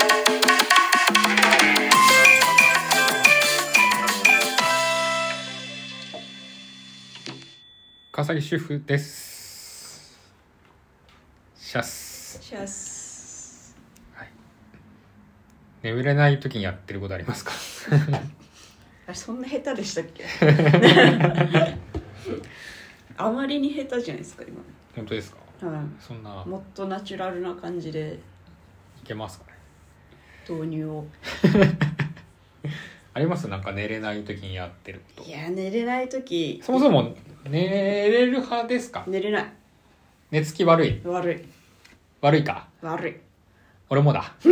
川崎主婦です。シャス。 シャス。 はい。眠れない時にやってることありますか？ あ、そんな下手でしたっけ？あまりに下手じゃないですか今。 本当ですか？ はい。 そんなもっとナチュラルな感じでいけますかね。 導入を。 あります？なんか寝れない時にやってること。 いや、寝れない時。 そもそも寝れる派ですか？ 寝れない。 寝つき悪い。 悪い。 悪いか。 悪い。 俺もだ。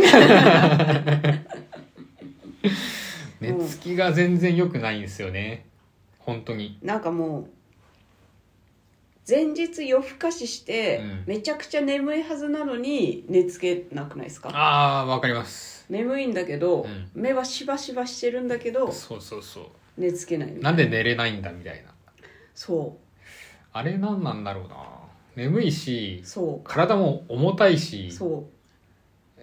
寝つきが全然良くないんですよね。本当に。 なんかもう前日夜更かしして、めちゃくちゃ眠いはずなのに寝つけなくないですか？ ああ、わかります。 眠いんだけど、目はしばしばしてるんだけど、 そうそうそう。 寝つけないみたいな。 なんで寝れないんだみたいな。 そう。 あれなんなんだろうな。眠いし、 そう。 体も重たいし、 そう。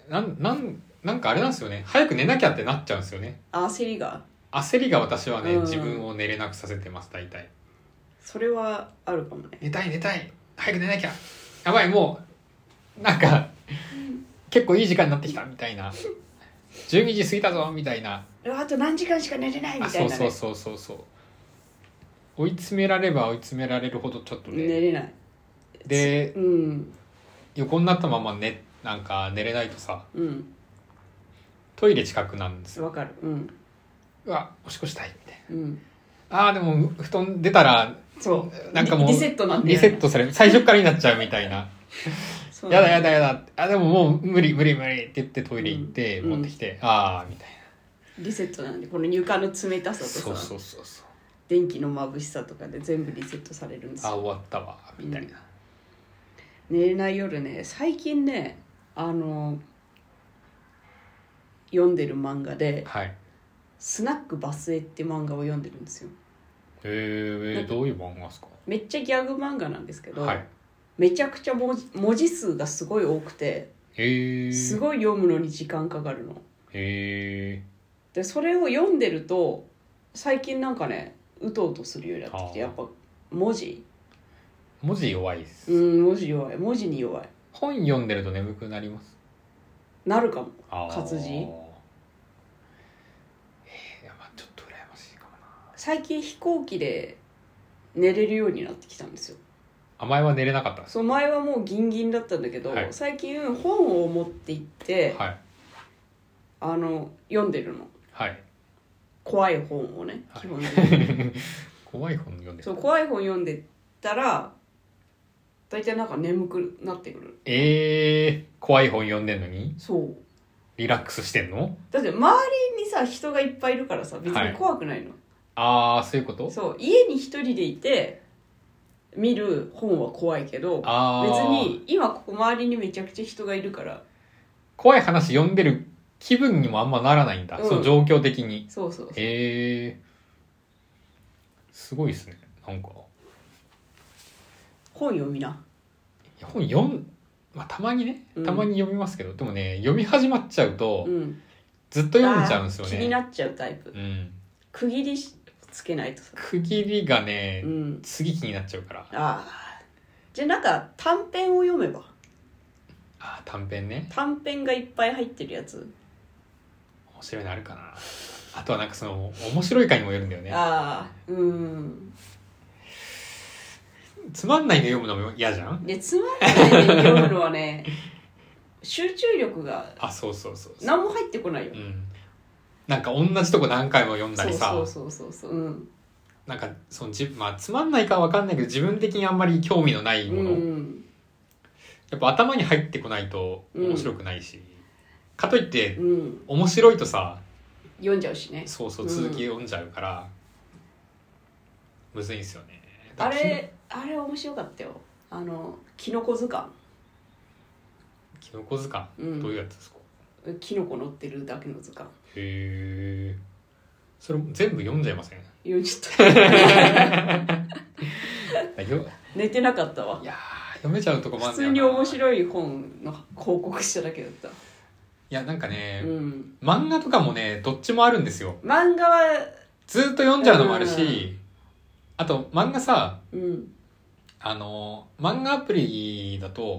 なんかあれなんですよね。早く寝なきゃってなっちゃうんですよね。 焦りが私はね、自分を寝れなくさせてます、大体。 それはあるかもね。 寝たい早く寝なきゃ、やばい、もうなんか結構いい時間になってきたみたいな、12時過ぎたぞみたいな、 あと何時間しか寝れないみたいな、ね、 そう追い詰められれば追い詰められるほどちょっとね寝れないで、横になったままなんか寝れないとさ、トイレ近くなんですよ。 わかる。 うわ、おしっこしたいみたいな、 でも布団出たらそうなんかもうリセットなんで、 リセットされる、最初からになっちゃうみたいな。やだ、でももう無理って言ってトイレ行って、持ってきて、みたいな。 リセットなんで、この床の冷たさとさ、 そう電気の眩しさとかで全部リセットされるんですよ。 終わったわみたいな、 寝れない夜ね、最近ね、読んでる漫画で、スナックバスへって漫画を読んでるんですよ。 どういう漫画ですか？ めっちゃギャグ漫画なんですけど、めちゃくちゃ文字数がすごい多くて、すごい読むのに時間かかるの。でそれを読んでると最近なんかね、うとうとするようになってきて、やっぱ文字弱いです。 文字弱い。文字に弱い。 本読んでると眠くなります？ なるかも。活字。 ちょっと羨ましいかもな。 最近飛行機で寝れるようになってきたんですよ。 前は寝れなかったんですか？ そう、前はもうギンギンだったんだけど、最近本を持って行って、読んでるの。怖い本をね、基本的に。 怖い本読んでる。 そう、怖い本読んでたら大体なんか眠くなってくる。 怖い本読んでんのに？そう。リラックスしてんの？ だって周りにさ、人がいっぱいいるからさ、別に怖くないの。 そういうこと？ そう、家に一人でいて見る本は怖いけど、別に今ここ周りにめちゃくちゃ人がいるから、 怖い話読んでる気分にもあんまならないんだ、その状況的に。 そうすごいですね。なんか本読みな。 本たまにね、たまに読みますけど、でもね、読み始まっちゃうと、ずっと読んじゃうんですよね。 気になっちゃうタイプ。区切りつけないとさ。 区切りがね、次気になっちゃうから。 じゃあなんか短編を読めば。 短編ね。 短編がいっぱい入ってるやつ。 面白いのあるかな。あとはなんかその面白いかにもよるんだよね。つまんないの読むのも嫌じゃん。 で、つまんないの読むのはね、集中力がそう何も入ってこないよ。 なんか同じとこ何回も読んだりさ。なんかそのつまんないかは分かんないけど、自分的にあんまり興味のないもの、やっぱ頭に入ってこないと面白くないし、かといって、面白いとさ読んじゃうしね。 続き読んじゃうから、むずいんですよね。 あれ面白かったよ。キノコ図鑑。 キノコ図鑑、どういうやつですか？ キノコ乗ってるだけの図鑑。 それ全部読んじゃいません？ 読んじゃった。寝てなかったわ。 いや読めちゃうとこもあるんだよな。 普通に面白い本の広告しただけだった。 いやなんかね、漫画とかもねどっちもあるんですよ。 漫画はずっと読んじゃうのもあるし、あと漫画さ、漫画アプリだと、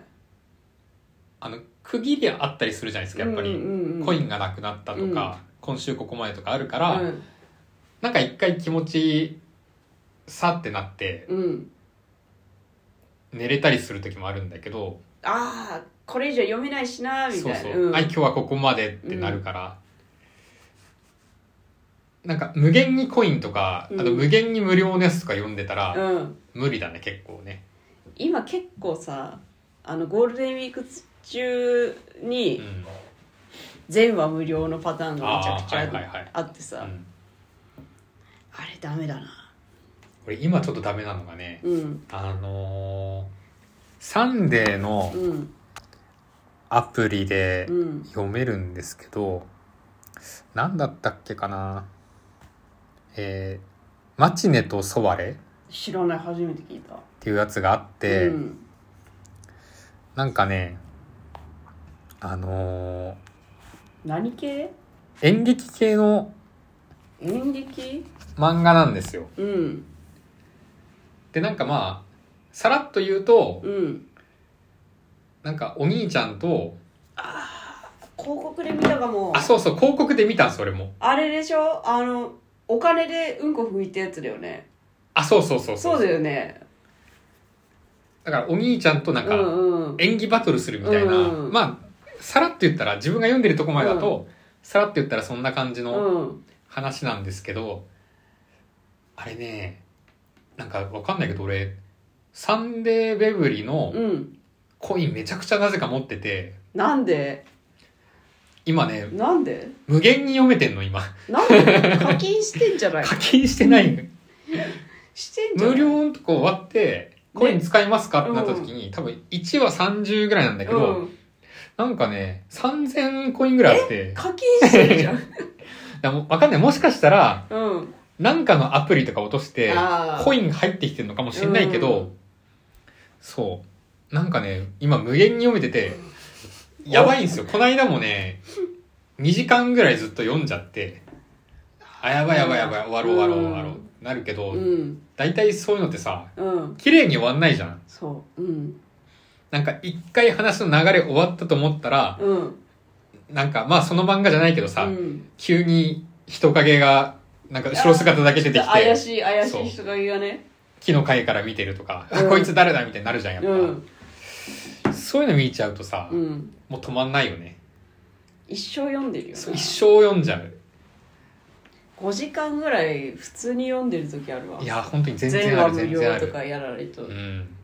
区切りあったりするじゃないですか、やっぱり、コインがなくなったとか、今週ここまでとかあるから、なんか一回気持ちさってなって、寝れたりする時もあるんだけど、 これ以上読めないしなみたいな。 そう、今日はここまでってなるから、なんか無限にコインとか、あと無限に無料のやつとか読んでたら、無理だね結構ね。 今結構さ、ゴールデンウィーク中に全話無料のパターンがめちゃくちゃあってさ、あれダメだな。 これ今ちょっとダメなのがね、サンデーのアプリで読めるんですけど、何だったっけかな、マチネとソワレ、 知らない、初めて聞いたっていうやつがあって、なんかね、 何系？ 演劇系の演劇？ 漫画なんですよ。でなんかまあさらっと言うと、なんかお兄ちゃんと、 広告で見たかも。 そうそう、広告で見たんです、俺も。 あれでしょ、お金でうんこ拭いたやつだよね。 そうだよね。 だからお兄ちゃんとなんか演技バトルするみたいな、まあさらっと言ったら、自分が読んでるとこまでだと、さらっと言ったらそんな感じの話なんですけど、あれね、なんかわかんないけど、俺サンデーベブリのコインめちゃくちゃなぜか持ってて。 なんで？ 今ね、 なんで？ 無限に読めてんの今。 なんで？課金してんじゃない？ 課金してない。 してんじゃない？ 無料のとこ終わってコイン使いますかってなった時に、多分1話30ぐらいなんだけど、なんかね3000コインぐらいあって。 課金してるじゃん。 わかんない、もしかしたら、なんかのアプリとか落としてコイン入ってきてるのかもしれないけど、そうなんかね今無限に読めててやばいんですよ。この間もね2時間ぐらいずっと読んじゃって、やばい終わろうなるけど、大体そういうのってさ、綺麗に終わんないじゃん。なんか一回話の流れ終わったと思ったら、なんかまあその漫画じゃないけどさ、急に人影がなんか後ろ姿だけ出てきて、 怪しい人影がね、 木の影から見てるとか、こいつ誰だみたいになるじゃんやっぱ、そういうの見ちゃうとさ、もう止まんないよね。 一生読んでるよ。 一生読んじゃう。 5時間ぐらい普通に読んでる時あるわ。 いや本当に全然ある。 全話無料とかやられると、 い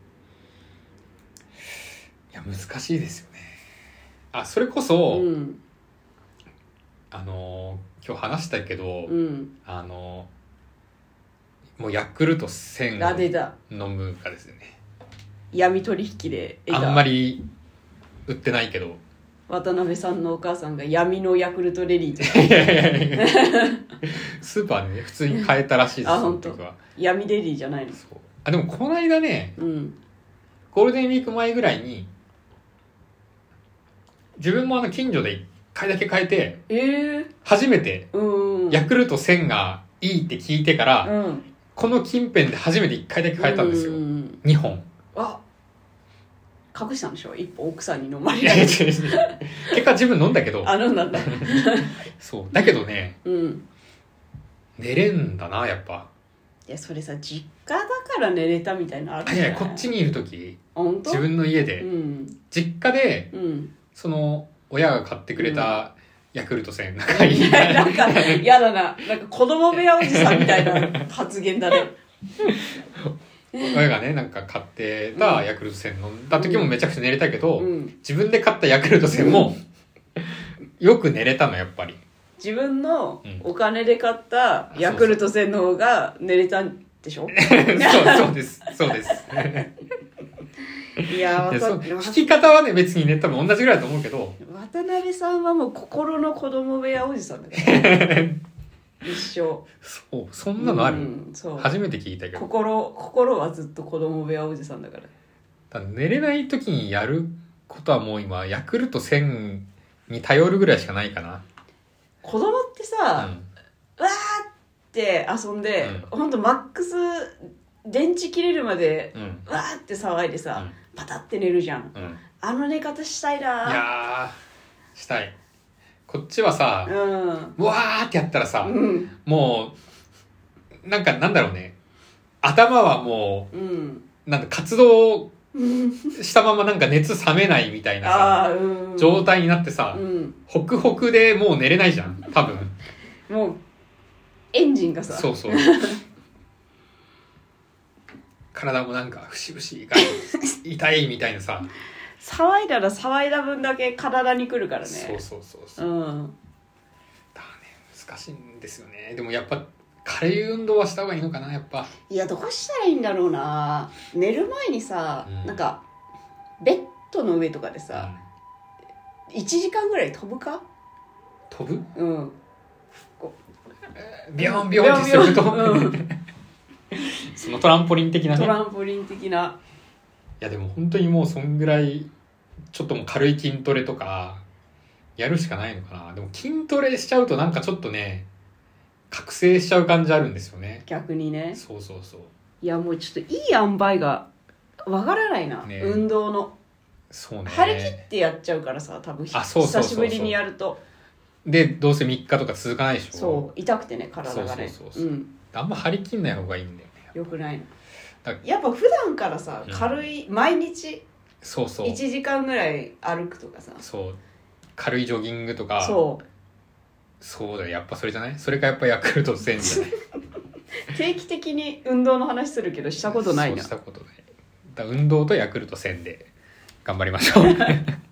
や難しいですよね。それこそ、今日話したけど、もうヤクルト1000を飲むかですよね。 闇取引であんまり売ってないけど、 渡辺さんのお母さんが闇のヤクルトレディーとスーパーでね普通に買えたらしいです。 本当。闇レディーじゃないの？ でもこの間ね、ゴールデンウィーク前ぐらいに自分も近所で1回だけ買えて、初めてヤクルト1000がいいって聞いてから、この近辺で初めて1回だけ買えたんですよ。2本。 隠したんでしょ？一本奥さんに飲まれた。結果自分飲んだけど。 飲んだんだ。 そうだけどね、寝れんだなやっぱ。 いやそれさ、実家だから寝れたみたいなのあるじゃない？ こっちにいる時、 本当？ 自分の家で、実家で、その親が買ってくれたヤクルト1000、なんかいいな。 なんかやだな、なんか子供部屋おじさんみたいな発言だね。 親がねなんか買ってたヤクルト1000飲んだ時もめちゃくちゃ寝れたけど、自分で買ったヤクルト1000もよく寝れたのやっぱり。 自分のお金で買ったヤクルト1000の方が寝れたんでしょ？ そうですいや引き方はね別にね多分同じぐらいだと思うけど、 渡辺さんはもう心の子供部屋おじさんだから一生。 そんなのある？初めて聞いたけど。 心はずっと子供部屋おじさんだから。 寝れない時にやることはもう今ヤクルト1000 に頼るぐらいしかないかな。 子供ってさ、わーって遊んで、ほんとマックス電池切れるまで、わーって騒いでさ、パタって寝るじゃん。あの寝方したいな。 いやー、したい。こっちはさ、わーってやったらさ、もう、なんだろうね。頭はもう、なんか活動したままなんか熱冷めないみたいなさ、状態になってさ、ホクホクでもう寝れないじゃん、多分。 もう、エンジンがさ。 そうそう。体もなんか、節々が痛いみたいなさ。 騒いだら騒いだ分だけ体に来るからね。 そうそうそうそう。だね、難しいんですよね。でもやっぱ、軽い運動はした方がいいのかな、やっぱ。 いや、どうしたらいいんだろうな。寝る前にさ、なんかベッドの上とかでさ、1時間ぐらい飛ぶか。 飛ぶ？ビヨンビヨンってすると、そのトランポリン的なね。 トランポリン的な。 いやでも本当にもうそんぐらいちょっともう軽い筋トレとかやるしかないのかな。でも筋トレしちゃうとなんかちょっとね、覚醒しちゃう感じあるんですよね。 逆にね。 そうそうそう。 いやもうちょっといい塩梅がわからないな、ね、運動の。 そうね。 張り切ってやっちゃうからさ、多分久しぶりにやると。 でどうせ3日とか続かないでしょ。 そう、痛くてね、体がね。そう。 あんま張り切んない方がいいんだよね。 よくないの。やっぱ普段からさ、軽い、毎日1時間ぐらい歩くとかさ。 そう。軽いジョギングとか。そうだよ、やっぱそれじゃない？それかやっぱヤクルト1000じゃない？ 定期的に運動の話するけどしたことないな。 そうしたことない。運動とヤクルト1000で頑張りましょう。